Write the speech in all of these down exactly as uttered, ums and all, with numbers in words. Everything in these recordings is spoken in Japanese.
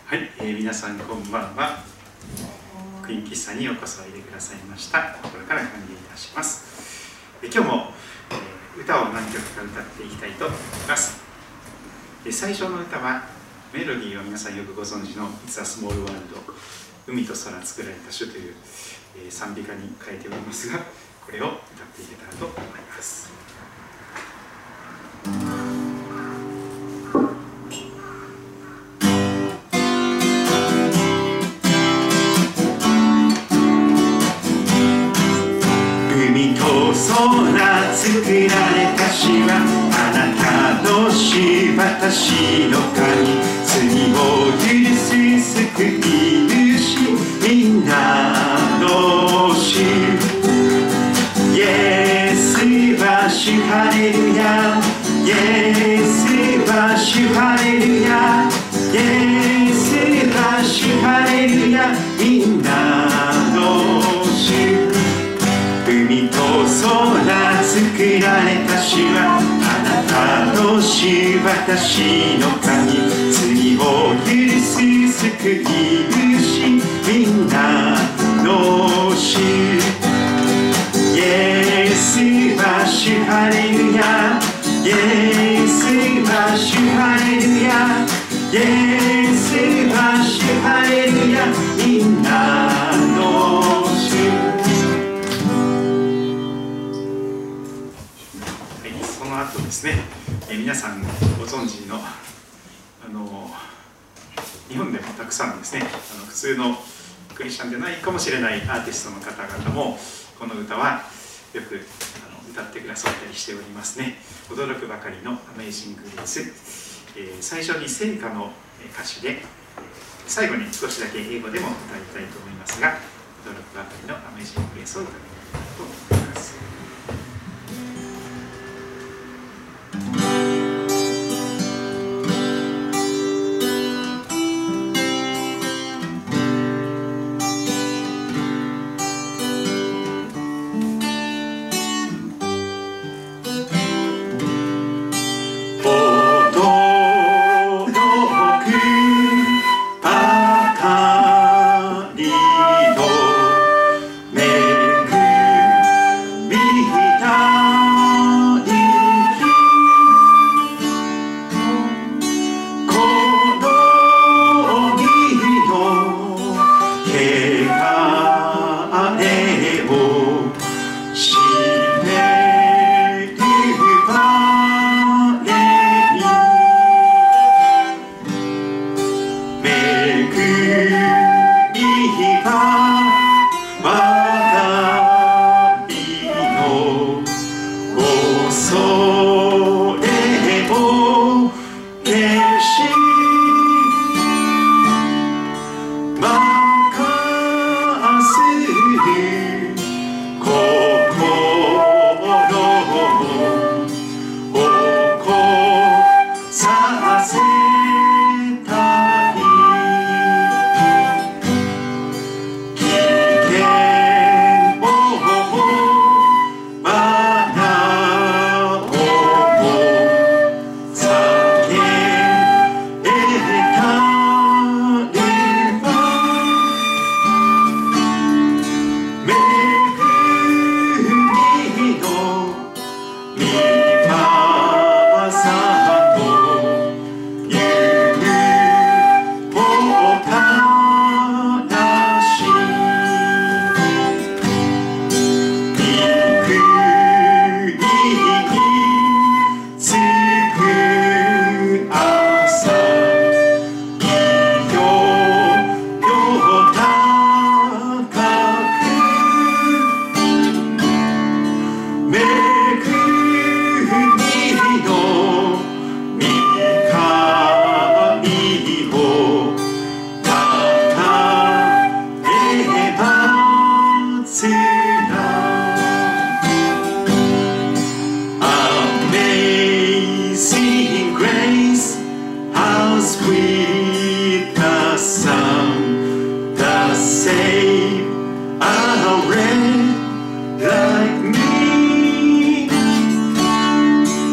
はい、えー、皆さんこんばんは。クイーン喫茶にようこそおいでくださいました。心から歓迎いたします。えー、今日も、えー、歌を何曲か歌っていきたいと思います。えー、最初の歌はメロディーを皆さんよくご存知の It's a Small World 海と空作られた種という、えー、賛美歌に変えておりますが、これを歌っていけたらと思います。空作られた死はあなたの死、私の神、罪を許す救い主、みんなの主。イエスは主、ハレルヤ、イエスは主、ハレルヤ、イエスは主、ハレルヤ、みんなの主。海と空作られた主はあなたの主、私の神、罪を許す救い主、みんなの主。イエスは主、ハレルヤ、イエスは主、ハレルヤ、イエスは主、ハレルヤ、みんなの主。その後ですね、えー、皆さんご存知のあの日本でもたくさんですね、あの普通のクリスチャンでないかもしれないアーティストの方々もこの歌はよくあの歌ってくださったりしておりますね。驚くばかりのアメイジング・グレース、えー、最初に聖歌の歌詞で、最後に少しだけ英語でも歌いたいと思いますが、驚くばかりのアメイジング・グレースを歌っていきたいと思います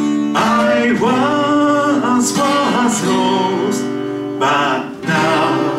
。I once was lost, but now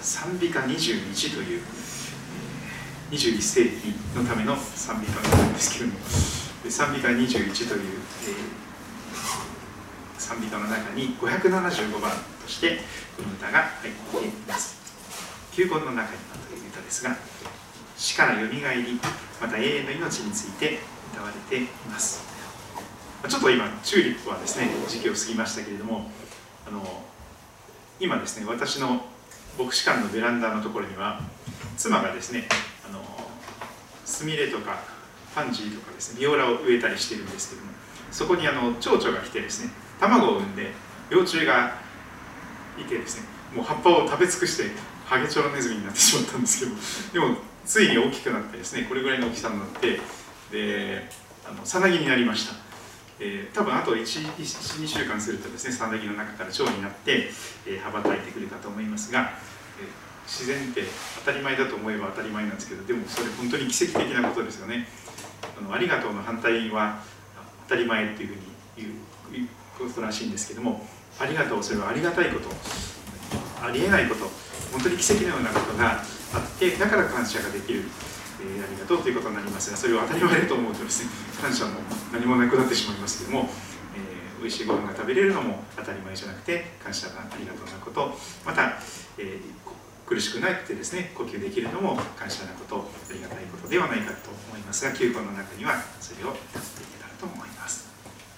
賛美歌にじゅういちというにじゅういっせいきのための賛美歌があるんですけれども、賛美歌にじゅういちという、えー、賛美歌の中にごひゃくななじゅうごばんとしてこの歌が入っています。旧言の中にはという歌ですが、死からよみがえり、また永遠の命について歌われています。ちょっと今チューリップはですね時期を過ぎましたけれども、あの今ですね私の牧師館のベランダのところには妻がですねあのスミレとかパンジーとかですねビオラを植えたりしているんですけども、そこにあの蝶々が来てですね卵を産んで幼虫がいてですね、もう葉っぱを食べ尽くしてハゲチョウネズミになってしまったんですけど、でもついに大きくなってですねこれぐらいの大きさになって、であのさなぎになりました。えー、多分あといち、にしゅうかんするとですねさなぎの中から蝶になって、えー、羽ばたいてくるかと思いますが、えー、自然って当たり前だと思えば当たり前なんですけど、でもそれ本当に奇跡的なことですよね。あのありがとうの反対は当たり前っていうふうに言うことらしいんですけども、ありがとう、それはありがたいこと、ありえないこと、本当に奇跡のようなことがあって、だから感謝ができる、えー、ありがとうということになりますが、それを当たり前だと思うとですね感謝も何もなくなってしまいますけども、えー、美味しいご飯が食べれるのも当たり前じゃなくて感謝がありがとうなこと、また、えー、苦しくなくてですね呼吸できるのも感謝なこと、ありがたいことではないかと思いますが、旧言の中にはそれを歌っていけたらと思います。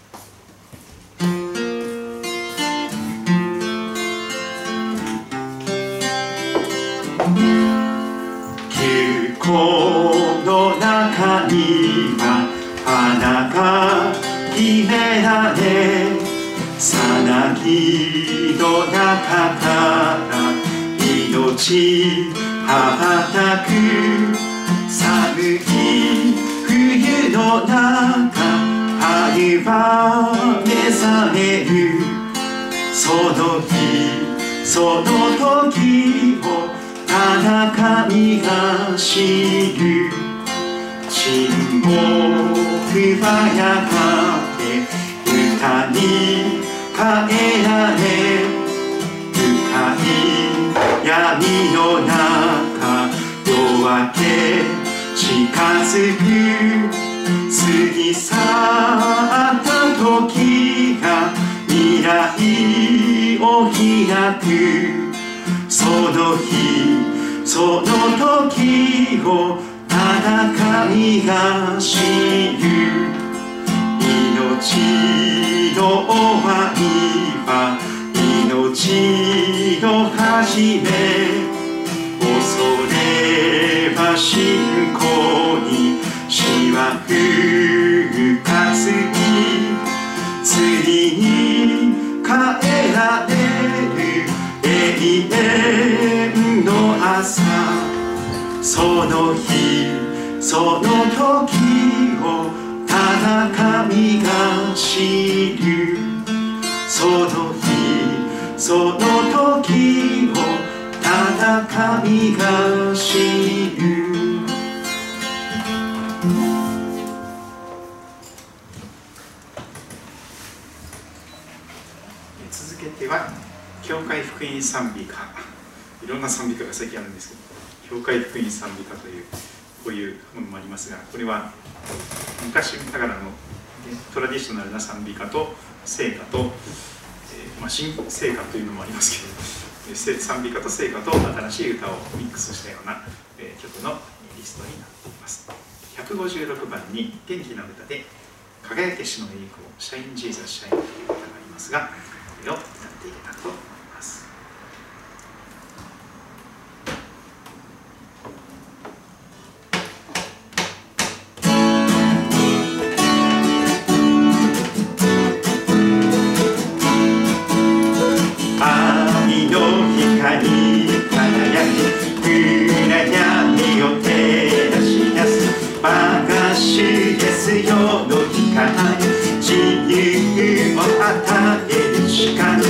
旧言の中には花が秘められ、さなぎの中から命羽ばたく、寒い冬の中春は目覚める、その日その時をただ神が知る。沈黙はやがて歌に変えられ、深い闇の中夜明け近づく、過ぎ去った時が未来を開く、その日その時をただ神が知る。命の終わりは命の始め、恐れは信仰に死は復活に、次に変えられる永遠の朝、その日その時をただ神が知る。その日その時をただ神が知る。 続けては教会福音賛美歌、いろんな賛美歌が最近あるんですけど、教会福音賛美歌というこういうものもありますが、これは昔ながらのトラディショナルな賛美歌と聖歌と、えーまあ、新聖歌というのもありますけど、賛美歌と聖歌と新しい歌をミックスしたような、えー、曲のリストになっています。ひゃくごじゅうろくばんに元気な歌で「輝けしの栄光シャイン・ジーザス・シャイン」という歌がありますが、これを歌っていけたらと思います。 愛の光輝き暗闇を照らし出す、我が主イエスよの光、自由を与える力、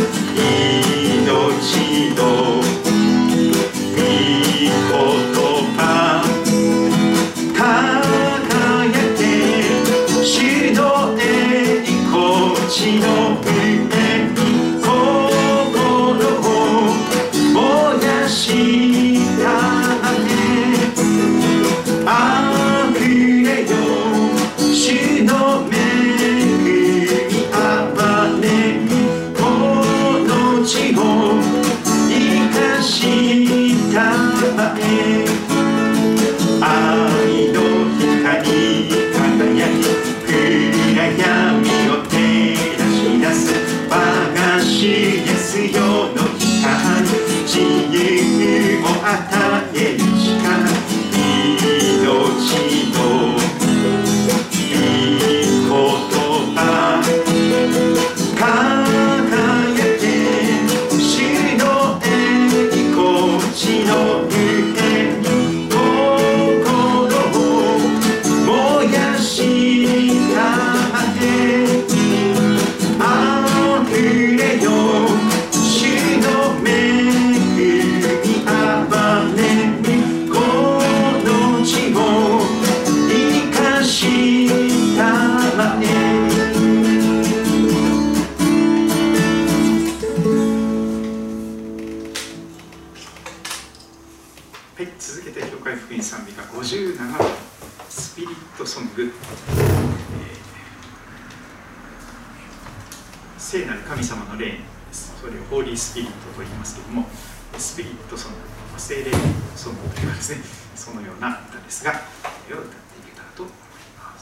聖なる神様の霊です。それをホーリースピリットと言いますけれども、スピリットその聖霊そのというかですね、そのような歌ですが、これを歌っていけたらと思います。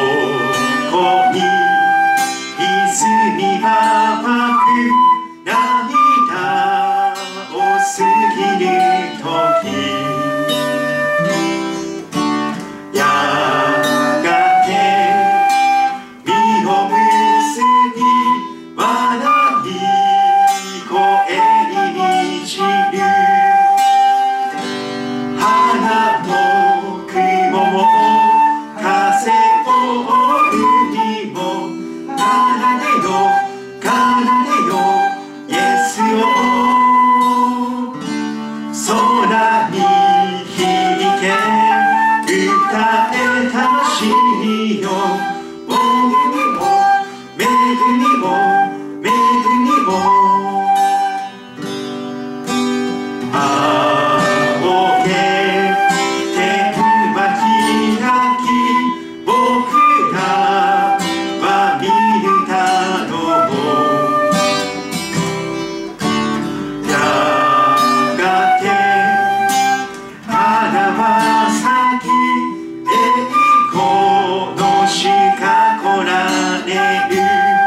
泉が湧くられる。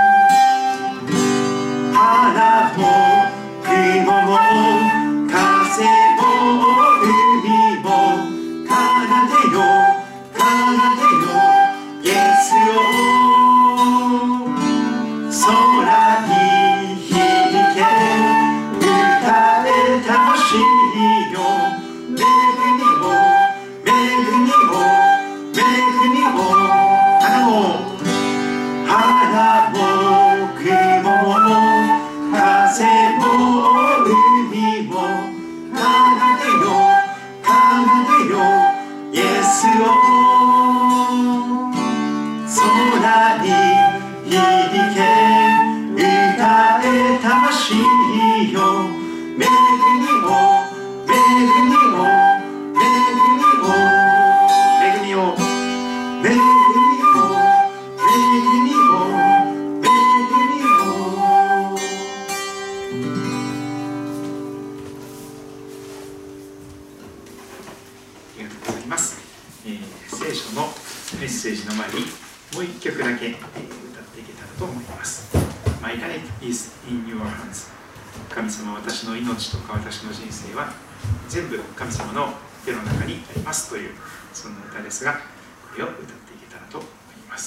花も雲も風も海も奏でよ奏でよイエスを。空に響け歌え魂よ。恵みを恵みを恵みを。花も花も雲も風も海も奏でよ奏でよイエスを。空に響け歌え魂よ。恵みを恵みを恵みを恵みを恵みを恵みを恵みを。 ありがとうございます。えー、聖書のメッセージの前にもう一曲だけ、えー、歌っていけたらと思います。My life is in your hands。 神様、私の命とか私の人生は全部神様の手の中にありますという、そんな歌ですが、これを歌っていけたらと思います。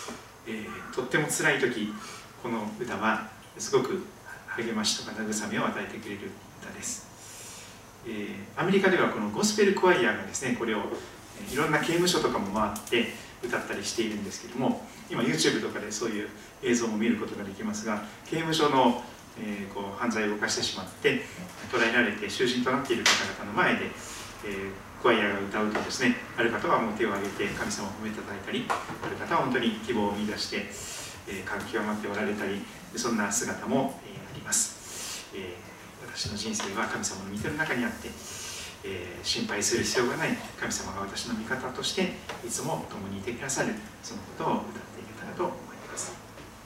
えー、とっても辛い時、この歌はすごく励ましとか慰めを与えてくれる歌です。えー、アメリカではこのゴスペルクワイアがですね、これをいろんな刑務所とかも回って歌ったりしているんですけども、今 YouTube とかでそういう映像も見ることができますが、刑務所の、えー、こう犯罪を犯してしまって捕らえられて囚人となっている方々の前で、えー、クワイアが歌うとですね、ある方はもう手を挙げて神様を褒めたたえたり、ある方は本当に希望を見出して、えー、感極まっておられたり、そんな姿も、えー、あります。えー私の人生は神様の御手の中にあって、えー、心配する必要がない、神様が私の味方としていつも共にいてくださる、そのことを歌っていけたらと思います。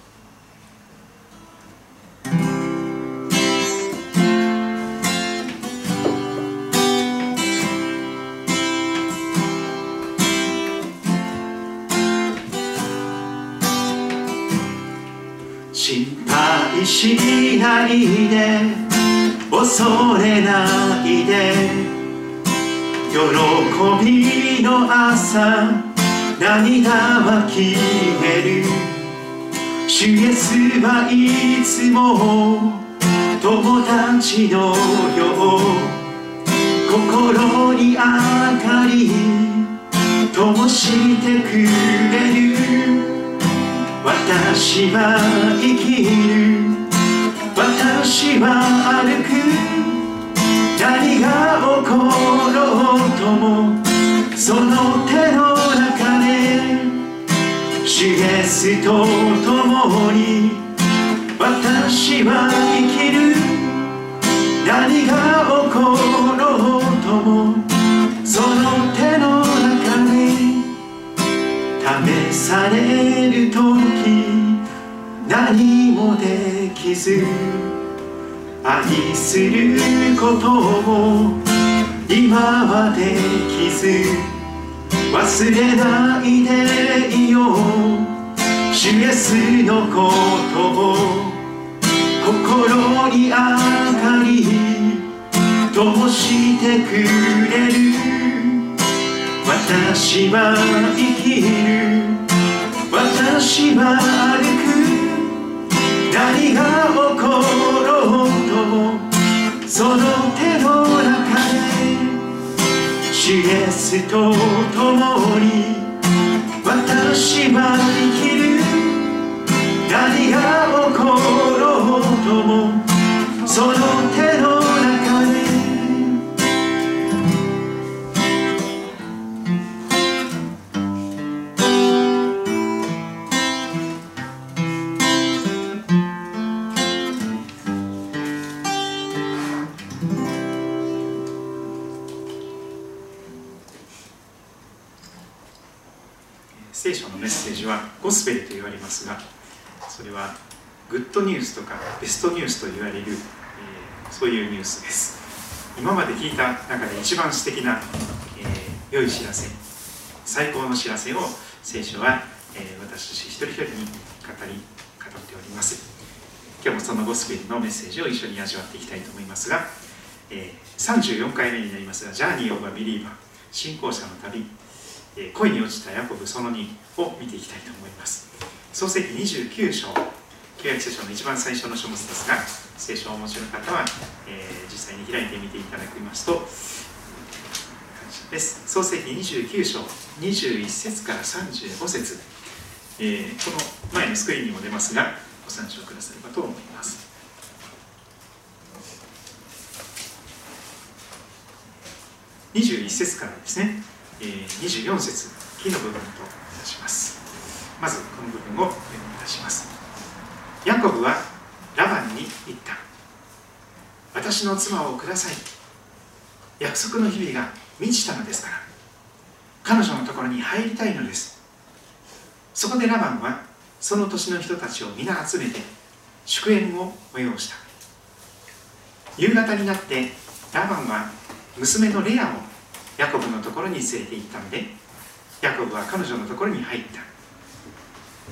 心配しないで恐れないで、喜びの朝涙は消える。主イエスはいつも友達のよう、心に明かり灯してくれる。私は生きる、私は歩く、何が起ころうともその手の中で主イエスと共に私は生きる。何が起ころうともその手の中で試されるとき何もできず、愛することも今はできず、忘れないでいよう主イエスのことを。心に明かり灯してくれる。私は生きる、私は歩く、何が起ころうともその手の中で主イエスと共に私は生きる。何が起ころうともその手の中で。 聖書のメッセージはゴスペルと言われますが、それはグッドニュースとかベストニュースと言われる、えー、そういうニュースです。今まで聞いた中で一番素敵な、えー、良い知らせ、最高の知らせを聖書は、えー、私たち一人一距離に語り語っております。今日もそのゴスペルのメッセージを一緒に味わっていきたいと思いますが、えー、さんじゅうよんかいめになりますが、ジャーニー・オブ・ア・ビリーバー、信仰者の旅、えー、恋に落ちたヤコブそのにを見ていきたいと思います。創世記にじゅうきゅう章、旧約聖書の一番最初の書物ですが、聖書をお持ちの方は、えー、実際に開いてみていただきますと感謝です。創世記にじゅうきゅう章にじゅういち節からさんじゅうご節、えー、この前のスクリーンにも出ますがご参照くださればと思います。にじゅういち節からですね、えー、にじゅうよん節、木の部分といたします。まずこの部分を読みいたします。ヤコブはラバンに言った。私の妻をください。約束の日々が満ちたのですから、彼女のところに入りたいのです。そこでラバンはその年の人たちを皆集めて祝宴を催した。夕方になってラバンは娘のレアをヤコブのところに連れて行ったので、ヤコブは彼女のところに入った。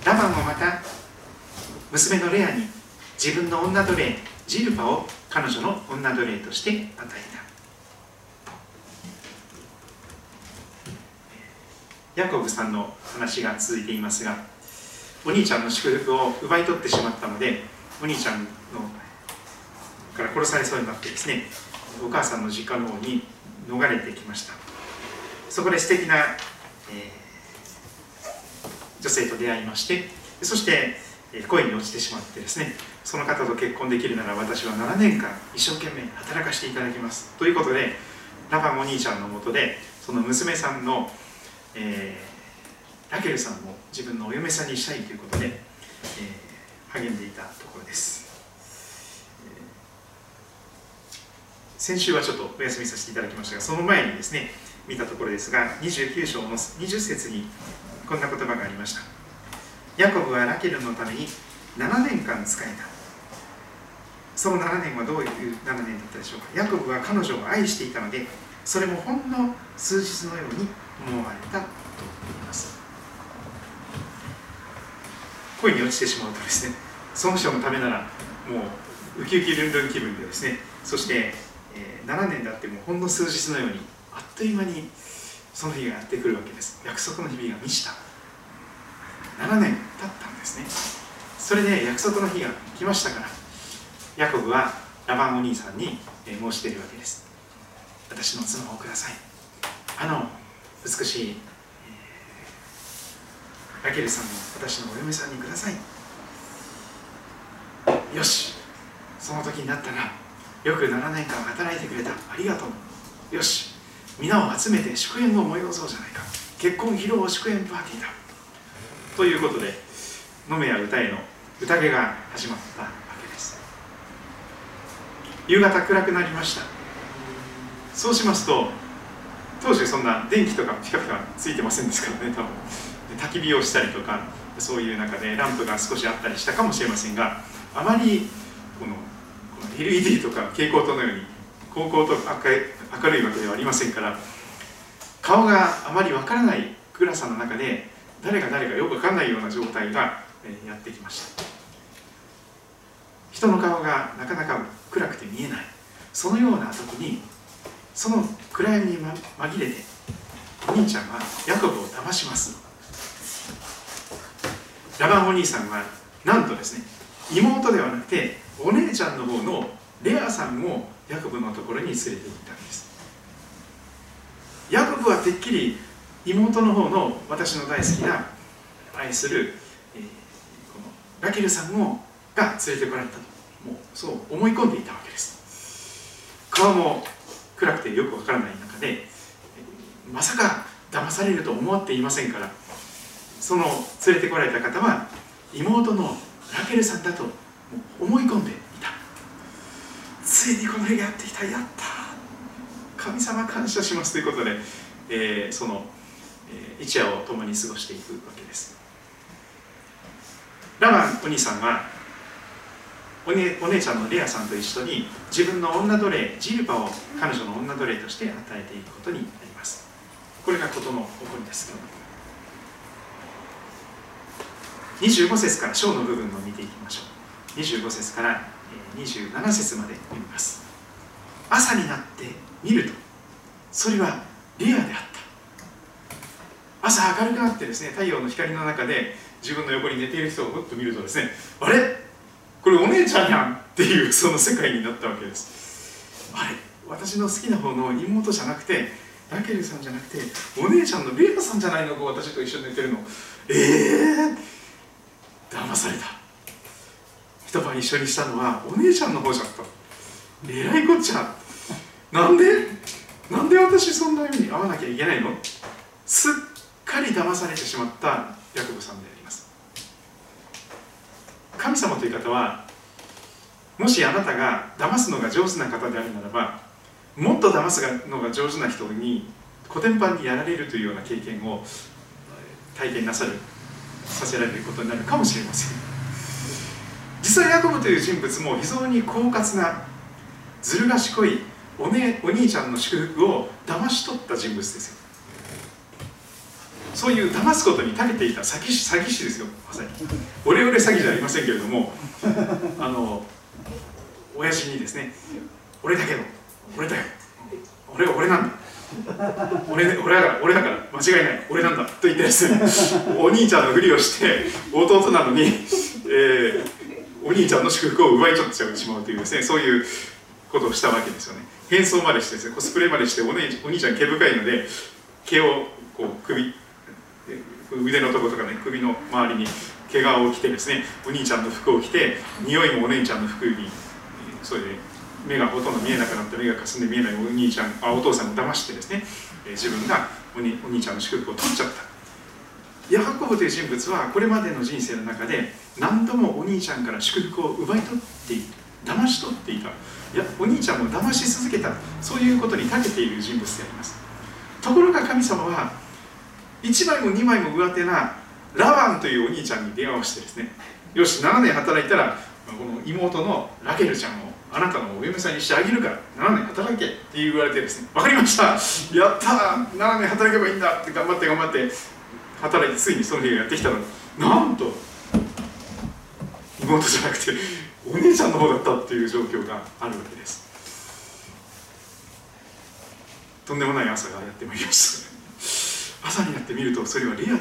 ラバンもまた娘のレアに自分の女奴隷ジルパを彼女の女奴隷として与えた。ヤコブさんの話が続いていますが、お兄ちゃんの祝福を奪い取ってしまったので、お兄ちゃんのから殺されそうになってですね、お母さんの実家の方に逃れてきました。そこで素敵な、えー、女性と出会いまして、そして恋に落ちてしまってですね、その方と結婚できるなら私はななねんかん一生懸命働かせていただきますということで、ラバンお兄ちゃんのもとでその娘さんの、えー、ラケルさんを自分のお嫁さんにしたいということで、えー、励んでいたところです。えー、先週はちょっとお休みさせていただきましたが、その前にですね見たところですが、にじゅうきゅう章のにじゅっ節にこんな言葉がありました。ヤコブはラケルのためにななねんかん仕えた。そのななねんはどういうななねんだったでしょうか。ヤコブは彼女を愛していたので、それもほんの数日のように思われたと言います。恋に落ちてしまうとですね、その人のためならもうウキウキルンルン気分でですね、そして、えー、ななねんであってもほんの数日のようにあっという間にその日がやってくるわけです。約束の日々が満ちた。ななねん経ったんですね。それで約束の日が来ましたから、ヤコブはラバンお兄さんに申し出るわけです。私の妻をください。あの美しい、えー、ラケルさんを私のお嫁さんにください。よし、その時になったら、よくななねんかん働いてくれた、ありがとう。よし、皆を集めて祝宴を催そうじゃないか。結婚披露祝宴パーティーだということで、飲めや歌への宴が始まったわけです。夕方暗くなりました。そうしますと、当時そんな電気とかピカピカついてませんですからね、多分焚き火をしたりとか、そういう中でランプが少しあったりしたかもしれませんが、あまりこのこの エルイーディー とか蛍光灯のように光光と明るいわけではありませんから、顔があまりわからない暗さの中で、誰が誰かよくわからないような状態がやってきました。人の顔がなかなか暗くて見えない、そのような時に、その暗闇に紛れてお兄ちゃんはヤコブを騙します。ラバンお兄さんはなんとですね、妹ではなくてお姉ちゃんの方のレアさんをヤコブのところに連れて行ったんです。ヤコブはてっきり妹の方の私の大好きな愛する、えー、このラケルさんをが連れてこられたと、もうそう思い込んでいたわけです。顔も暗くてよくわからない中で、えー、まさか騙されると思っていませんから、その連れてこられた方は妹のラケルさんだと思い込んでいた。ついにこの日がやってきた、やった、神様感謝しますということで、えー、その一夜を共に過ごしていくわけです。ラバンお兄さんはお 姉, お姉ちゃんのレアさんと一緒に自分の女奴隷ジルパを彼女の女奴隷として与えていくことになります。これが事の起こりです。 にじゅうご節から章の部分を見ていきましょう。にじゅうご節からにじゅうなな節まで読みます。朝になって見ると、それはレアであった。朝明るくなってですね、太陽の光の中で自分の横に寝ている人をふっと見るとですね、あれこれお姉ちゃんやんっていうその世界になったわけです。あれ私の好きな方の妹じゃなくて、ラケルさんじゃなくてお姉ちゃんのレアさんじゃないのか、私と一緒に寝てるの。ええー、騙された。一晩一緒にしたのはお姉ちゃんの方じゃった。えらいこっちゃ。なんでなんで私そんな目に遭わなきゃいけないの。すっかり騙されてしまったヤコブさんであります。神様という方は、もしあなたが騙すのが上手な方であるならば、もっと騙すのが上手な人にコテンパンにやられるというような経験を体験なさるさせられることになるかもしれません。実際ヤコブという人物も非常に狡猾なずる賢い お,、ね、お兄ちゃんの祝福を騙し取った人物ですよ。そういう騙すことに長けていた詐欺師、詐欺師ですよ。まさにオレオレ詐欺じゃありませんけれども、あの親父にですね、俺だけど俺だよ、俺は俺なんだ、俺, 俺だから俺だから間違いない、俺なんだと言ってですね、お兄ちゃんのふりをして弟なのに、えー、お兄ちゃんの祝福を奪い取っちゃうしまうというですね、そういうことをしたわけですよね。変装までしてですね、コスプレまでして、お, 姉お兄ちゃん毛深いので毛をこう首腕のとことかね、首の周りに毛皮を着てですね、お兄ちゃんの服を着て、匂いもお姉ちゃんの服に、それで目がほとんど見えなくなって目がかすんで見えないお兄ちゃん、あお父さんを騙してですね、自分が お, にお兄ちゃんの祝福を取っちゃった。ヤコブという人物はこれまでの人生の中で何度もお兄ちゃんから祝福を奪い取っていた、騙し取っていた、いやお兄ちゃんを騙し続けた、そういうことに長けている人物であります。ところが神様はいちまいもにまいも上手なラバンというお兄ちゃんに電話をしてですね、よしななねん働いたらこの妹のラケルちゃんをあなたのお嫁さんにしてあげるからななねん働けって言われてですね、分かりました、やったー、ななねん働けばいいんだって頑張って頑張って働いて、ついにその日がやってきたのに、なんと妹じゃなくてお姉ちゃんの方だったっていう状況があるわけです。とんでもない朝がやってまいりました。朝になってみるとそれはレアであった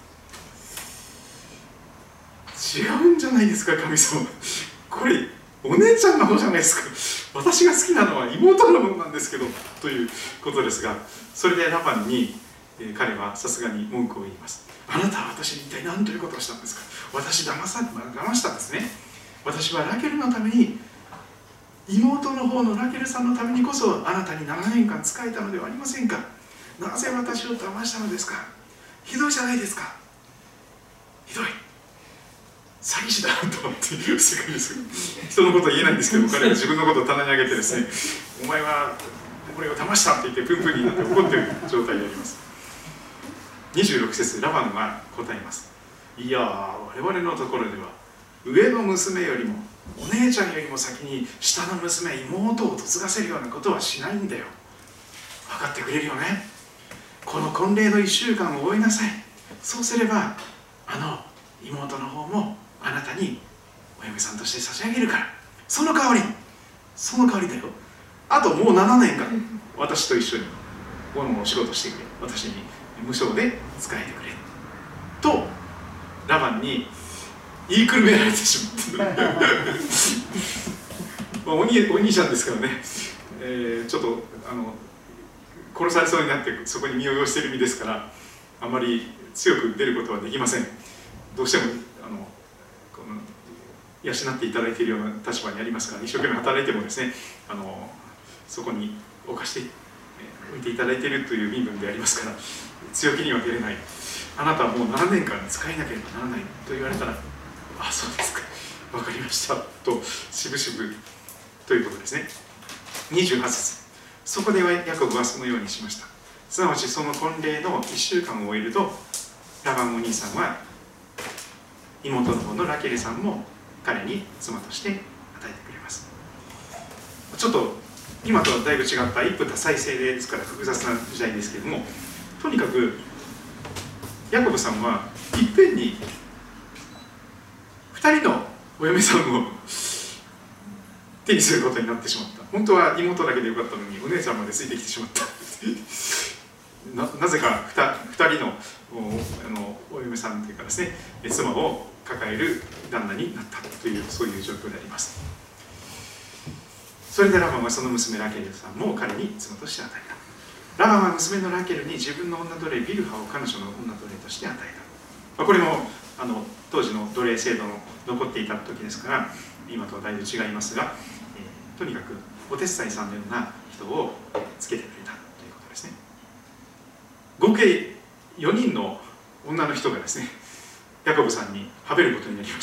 。違うんじゃないですか神様、これお姉ちゃんの方じゃないですか、私が好きなのは妹の方なんですけどということですが、それでラバンに、えー、彼はさすがに文句を言います。あなたは私に一体何ということをしたんですか。私騙さ騙したんですね。私はラケルのために、妹の方のラケルさんのためにこそあなたにななねんかん仕えたのではありませんか。なぜ私を騙したのですか。ひどいじゃないですか。ひどい詐欺師だなと思っていう世界ですよ。人のことは言えないんですけど、彼は自分のことを棚に上げてですね、お前は俺を騙したって言ってプンプンになって怒っている状態であります。にじゅうろく節ラバンは答えます。いやー、我々のところでは上の娘よりもお姉ちゃんよりも先に下の娘妹を嫁がせるようなことはしないんだよ。分かってくれるよね。この婚礼のいっしゅうかんを終えなさい。そうすればあの妹の方もあなたにお嫁さんとして差し上げるから、その代わりその代わりだよ、あともうななねんかん私と一緒にこのお仕事してくれ、私に無償で仕えてくれとラバンに言いくるめられてしまったまあお兄、お兄ちゃんですからね、えー、ちょっとあの殺されそうになってそこに身を寄せている身ですから、あまり強く出ることはできません。どうしてもあのこの養っていただいているような立場にありますから、一生懸命働いてもですね、あのそこに置かしておいていただいているという身分でありますから、強気には出れない。あなたはもうななねんかん使えなければならないと言われたら、あ、そうですか、分かりましたとしぶしぶということですね。にじゅうはち節、そこでヤコブはそのようにしました。すなわちその婚礼のいっしゅうかんを終えると、ラバンお兄さんは妹の方のラケルさんも彼に妻として与えてくれます。ちょっと今とはだいぶ違った一夫多妻制ですから複雑な時代ですけれども、とにかくヤコブさんはいっぺんにふたりのお嫁さんを手にすることになってしまった。本当は妹だけでよかったのにお姉ちゃんまでついてきてしまったな, なぜか 2, ふたりの お, あのお嫁さんというかですね、妻を抱える旦那になったという、そういう状況であります。それでラバンはその娘ラケルさんも彼に妻として与えた。ラバンは娘のラケルに自分の女奴隷ビルハを彼女の女奴隷として与えた。まあ、これもあの当時の奴隷制度の残っていた時ですから今とはだいぶ違いますが、えー、とにかくお手伝いさんのような人をつけてくれたということですね。合計よにんの女の人がですね、ヤコブさんにはべることになりま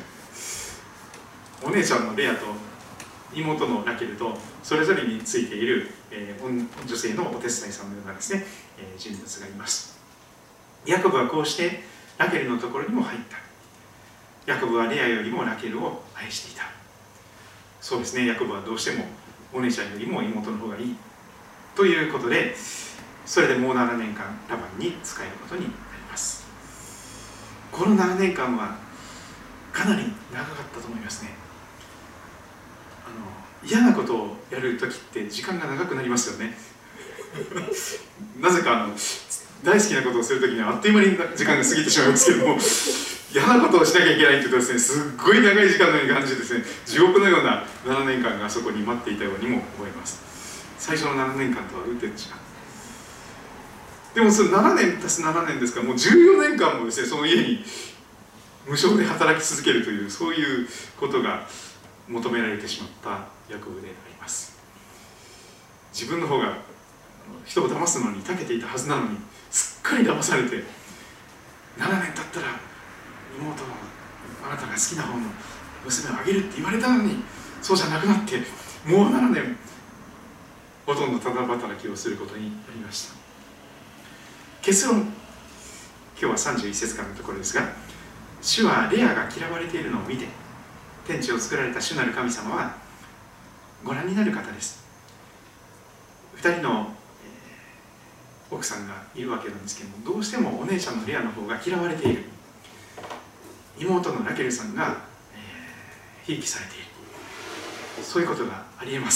したお姉ちゃんのレアと妹のラケルとそれぞれについている、えー、女性のお手伝いさんのようなですね、えー、人物がいます。ヤコブはこうしてラケルのところにも入った。ヤコブはレアよりもラケルを愛していた。そうですね、ヤコブはどうしてもお姉ちゃんよりも妹の方がいいということで、それでもうななねんかんラバンに仕えることになります。このななねんかんはかなり長かったと思いますね。あの嫌なことをやるときって時間が長くなりますよねなぜかあの大好きなことをするときにはあっという間に時間が過ぎてしまいますけども嫌なことをしなきゃいけないというとですね、すっごい長い時間のように感じてですね、地獄のようなななねんかんがそこに待っていたようにも思います。最初のななねんかんとは打って違う。でもそのななねん足すななねんですからもうじゅうよねんかんもですね、その家に無償で働き続けるという、そういうことが求められてしまったヤコブであります。自分の方が人を騙すのに長けていたはずなのにすっかり騙されて、ななねん経ったら妹のあなたが好きな方の娘をあげるって言われたのにそうじゃなくなって、もうななねんほとんどただ働きをすることになりました。結論、今日はさんじゅういっ節からのところですが、主はレアが嫌われているのを見て、天地を作られた主なる神様はご覧になる方です。ふたりの、えー、奥さんがいるわけなんですけども、どうしてもお姉ちゃんのレアの方が嫌われている。妹のラケルさんが、えー、ひいきされている。そういうことがありえます。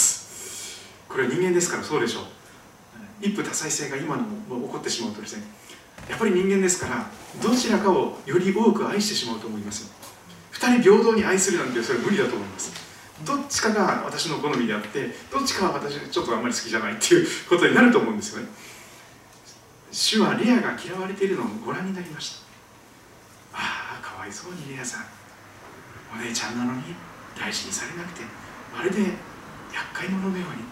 これは人間ですからそうでしょう。一夫多妻制が今のも起こってしまうとですね、やっぱり人間ですからどちらかをより多く愛してしまうと思いますよ。ふたり平等に愛するなんてそれは無理だと思います。どっちかが私の好みであってどっちかは私ちょっとあんまり好きじゃないっていうことになると思うんですよね。主はレアが嫌われているのをご覧になりました。ああ、かわいそうにレアさん、お姉ちゃんなのに大事にされなくてまるで厄介者のように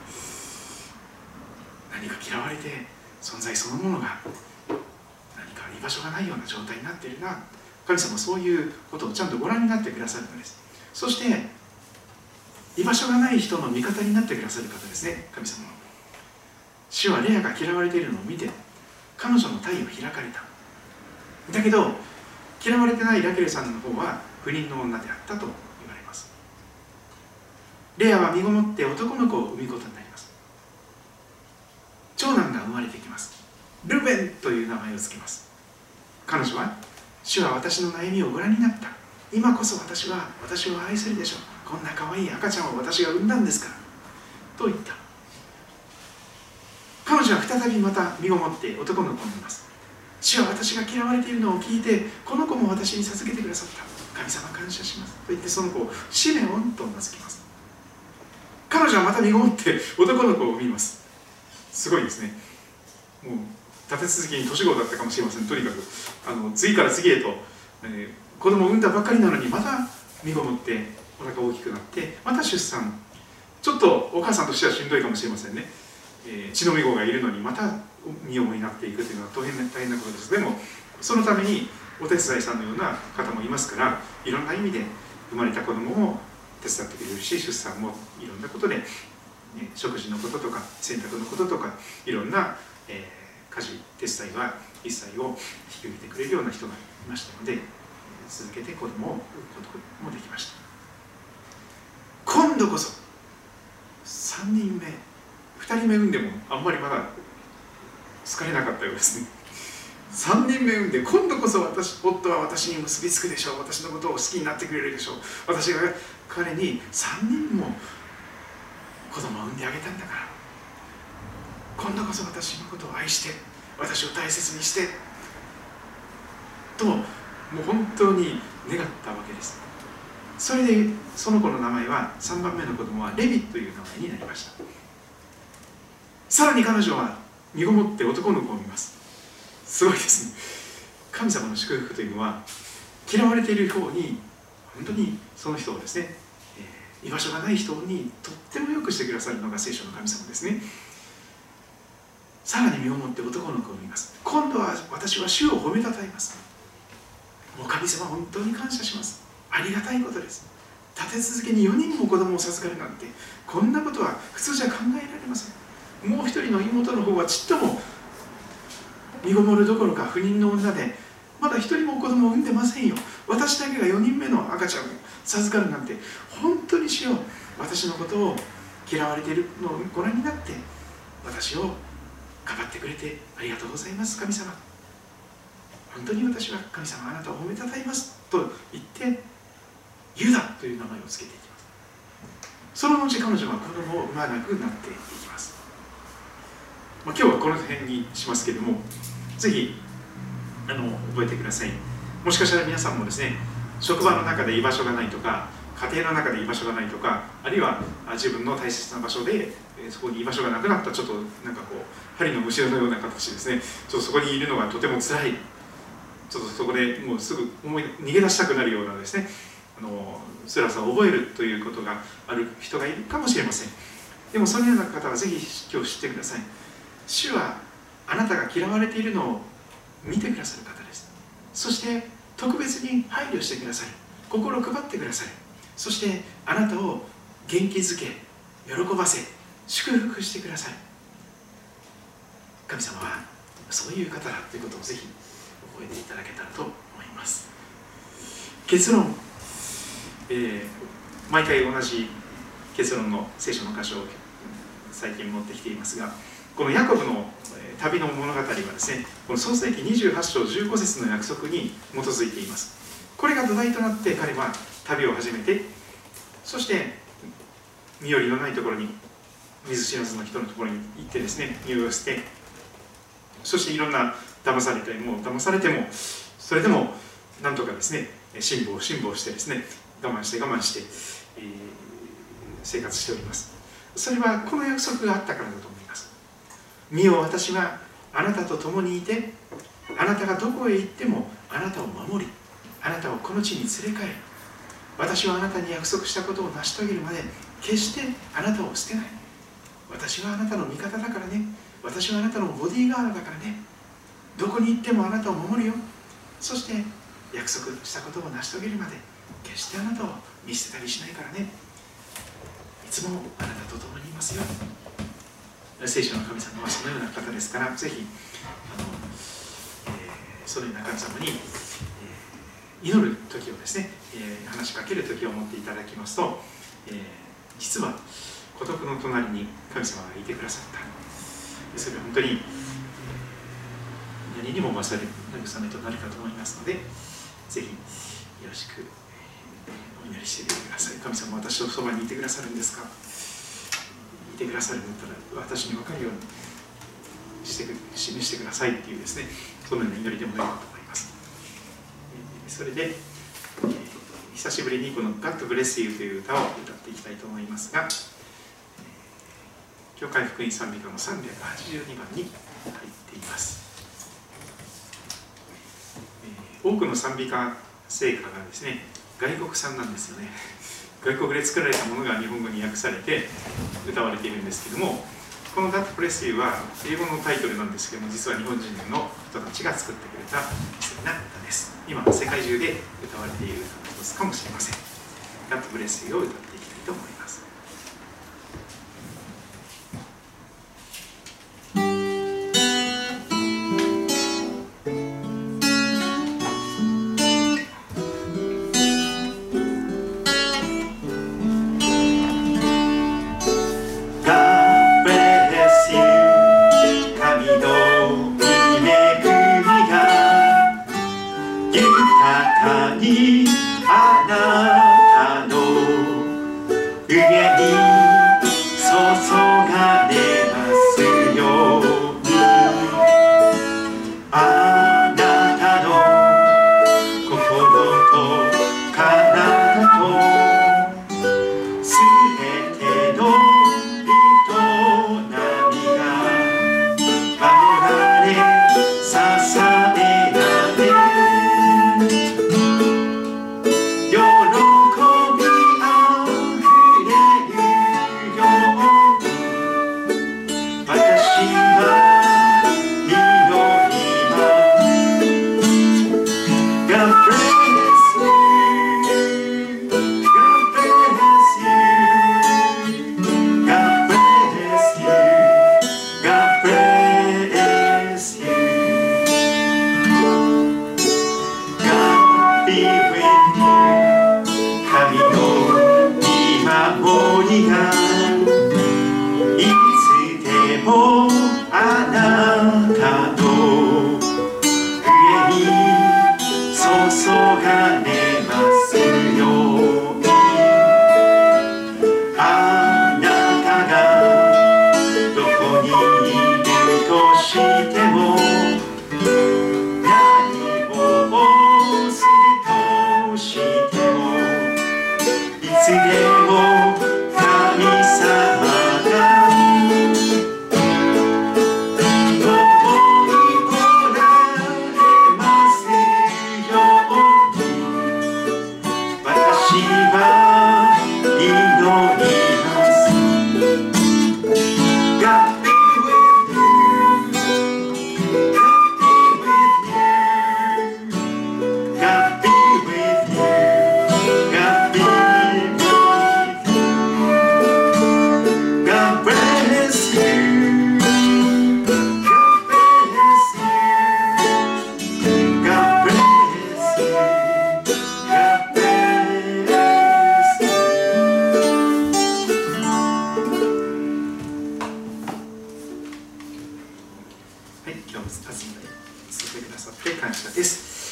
何か嫌われて存在そのものが何か居場所がないような状態になっているな。神様はそういうことをちゃんとご覧になってくださるのです。そして居場所がない人の味方になってくださる方ですね、神様は。主はレアが嫌われているのを見て彼女の体を開かれた。だけど嫌われてないラケルさんの方は不倫の女であったと言われます。レアは身ごもって男の子を産むことになります。長男が生まれてきます。ルベンという名前を付けます。彼女は主は私の悩みをご覧になった。今こそ私は私を愛するでしょう。こんな可愛い赤ちゃんを私が産んだんですからと言った。彼女は再びまた身ごもって男の子を産みます。主は私が嫌われているのを聞いてこの子も私に授けてくださった。神様感謝しますと言ってその子をシメオンと名付けます。彼女はまた身ごもって男の子を産みます。すごいですね。もう立て続けに年子だったかもしれません。とにかくあの次から次へと、えー、子供を産んだばっかりなのにまた身ごもってお腹大きくなってまた出産。ちょっとお母さんとしてはしんどいかもしれませんね。えー、血のみ子がいるのにまた身重になっていくというのは大変な大変なことです。でもそのためにお手伝いさんのような方もいますから、いろんな意味で生まれた子供を手伝ってくれるし、出産もいろんなことで、ね、食事のこととか洗濯のこととかいろんな、えー、家事手伝いは一切を引き受けてくれるような人がいましたので、続けて子供を産むこともできました。今度こそさんにんめふたりめ産んでもあんまりまだ好かれなかったようですね。 さんにんめ産んで、今度こそ私夫は私に結びつくでしょう、私のことを好きになってくれるでしょう、私が彼にさんにんも子供を産んであげたんだから、今度こそ私のことを愛して私を大切にしてと、もう本当に願ったわけです。それでその子の名前は、さんばんめの子供はレビという名前になりました。さらに彼女は身ごもって男の子を見ます。すごいですね。神様の祝福というのは、嫌われている方に本当にその人をですね、えー、居場所がない人にとってもよくしてくださるのが聖書の神様ですね。さらに身をもって男の子を見ます。今度は私は主を褒めたたえます。もう神様、本当に感謝します。ありがたいことです。立て続けによにんも子供を授かるなんて、こんなことは普通じゃ考えられません。もう一人の妹の方はちっとも身ごもるどころか不妊の女で、まだ一人も子供を産んでませんよ。私だけがよにんめの赤ちゃんを授かるなんて、本当に主よ、私のことを嫌われているのをご覧になって、私をかばってくれてありがとうございます、神様。本当に私は神様、あなたを褒めたたえますと言って、ユダという名前をつけていきます。その後、彼女は子供を産まなくなっていきます。まあ、今日はこの辺にしますけれども、ぜひあの覚えてください。もしかしたら皆さんもですね、職場の中で居場所がないとか、家庭の中で居場所がないとか、あるいは自分の大切な場所でそこに居場所がなくなった、ちょっとなんかこう針のむしろのような形ですね、ちょっとそこにいるのがとても辛い、ちょっとそこでもうすぐ思い逃げ出したくなるようなですね、あの辛さを覚えるということがある人がいるかもしれません。でもそのような方はぜひ今日知ってください。主はあなたが嫌われているのを見てくださる方です。そして特別に配慮してくださる、心を配ってくださる、そしてあなたを元気づけ、喜ばせ、祝福してくださる神様はそういう方だということをぜひ覚えていただけたらと思います。結論、えー、毎回同じ結論の聖書の箇所を最近持ってきていますが、このヤコブの旅の物語はですね、この創世記にじゅうはち章じゅうご節の約束に基づいています。これが土台となって彼は旅を始めて、そして身寄りのないところに、水知らずの人のところに行ってですね、身を寄せて、そしていろんな騙されても騙されてもそれでもなんとかですね、辛抱辛抱してですね、我慢して我慢して、えー、生活しております。それはこの約束があったからだと思います。見よ、私はあなたと共にいて、あなたがどこへ行ってもあなたを守り、あなたをこの地に連れ帰る。私はあなたに約束したことを成し遂げるまで決してあなたを捨てない。私はあなたの味方だからね。私はあなたのボディーガードだからね。どこに行ってもあなたを守るよ。そして約束したことを成し遂げるまで決してあなたを見捨てたりしないからね。いつもあなたと共にいますよ。聖書の神様はそのような方ですから、ぜひあの、えー、そのような神様に、えー、祈る時をですね、えー、話しかける時を持っていただきますと、えー、実は孤独の隣に神様がいてくださった。それは本当に何にも勝る慰めとなるかと思いますので、ぜひよろしくお祈りしてみてください。神様、私のそばにいてくださるんですか？いてくださるんだったら私に分かるようにしてく示してくださいっていうですね、そのような祈りでもよいかと思います。それで、えー、久しぶりにこの God Bless You という歌を歌っていきたいと思いますが、教会福音賛美歌のさんびゃくはちじゅうにばんに入っています。えー、多くの賛美歌聖歌がですね、外国産なんですよね。外国で作られたものが日本語に訳されて歌われているんですけども、この God Bless You は英語のタイトルなんですけども、実は日本人の人たちが作ってくれた素敵な歌です。今世界中で歌われている歌の一つかもしれません。God Bless You を歌っていきたいと思います。 神の御恵みがすべての営みが守られ支えられ喜びあふれるように私は祈ります。 God bless you, God bless you, God bless you, God bless you. God be with you. 神の見守りがいつでもあなたの上に注がれますように。あなたがどこにいるとしても何をするとしてもいつでも神様が共におられますように私は祈ります。 God be with you, God be with you, God be with you, God be with you, God bless you, God bless you, God bless you, God bless you. はい、今日も集まりさせてくださって感謝です。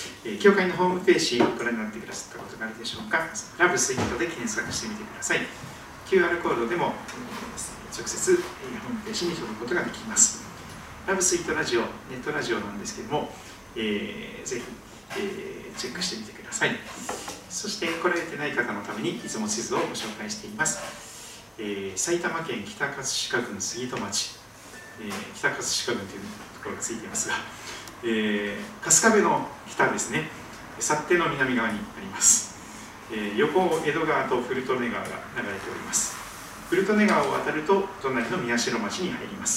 えー、教会のホームページをご覧になってくださったことがあるでしょうか。ラブスイートで検索してみてください。キューアール コードでも、えー直接、えーホームページに飛ぶことができます。ラブスイートラジオ、ネットラジオなんですけども、えーぜひ、えーチェックしてみてください。そして来られてない方のためにいつも地図をご紹介しています。えー埼玉県北葛飾郡杉戸町、えー北葛飾郡というところがついていますが、えー春日部の北ですね、幸手の南側にあります。えー横を江戸川と古利根川が流れております。古利根川を渡ると隣の宮代町に入ります。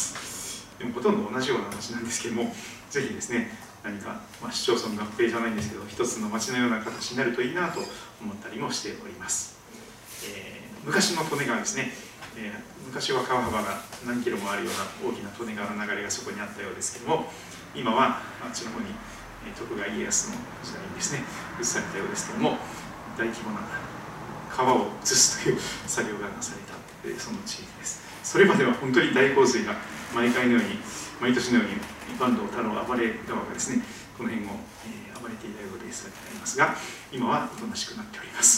でもほとんど同じような町なんですけども、ぜひですね、何か、まあ、市町村合併じゃないんですけど、一つの町のような形になるといいなと思ったりもしております。えー昔の利根川ですね、えー昔は川幅が何キロもあるような大きな利根川の流れがそこにあったようですけども、今はあっちの方に、えー徳川家康の時代にですね移されたようですけども、大規模な川を移すという作業がなされた、えーその地域です。それまでは本当に大洪水が毎回のように毎年のように坂東太郎暴れ川がですねこの辺を、えー暴れていたようでされてありますが、今はおとなしくなっております。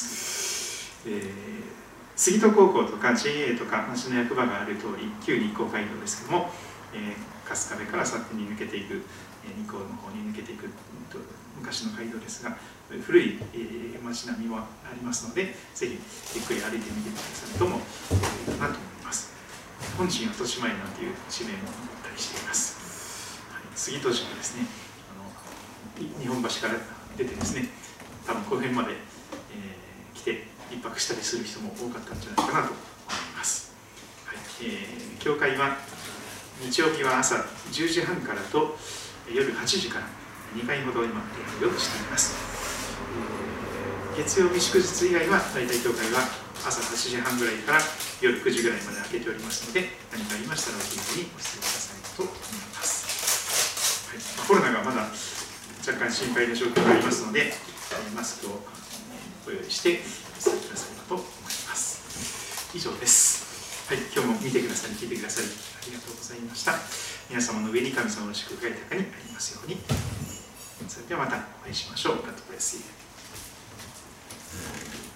えー杉戸高校とか ジェイエー とか町の役場がある通り旧日光街道ですけども、えー、春日部から幸手に抜けていく、えー、日光の方に抜けていく昔の街道ですが、古い、えー、町並みもありますので、ぜひゆっくり歩いてみてくださるともいいかなと思います。本陣跡地前なんていう地名もあったりしています。はい、杉戸島ですね、あの日本橋から出てですね、多分この辺まで、えー、来て一泊したりする人も多かったんじゃないかなと思います。はい、えー、教会は日曜日は朝じゅうじはんからと夜はちじからにかいほど今営業をしています。えー、月曜日祝日以外は大体教会は朝はちじはんぐらいから夜くじぐらいまで開けておりますので、何かありましたらお気軽にお伝えくださいと思います。はい、コロナがまだ若干心配な状況がありますので、マスクをご用意してお伝えくださればと思います。以上です。はい、今日も見てくださり聞いてくださりありがとうございました。皆様の上に神様の祝福が豊かにありますように。それではまたお会いしましょう。God bless you.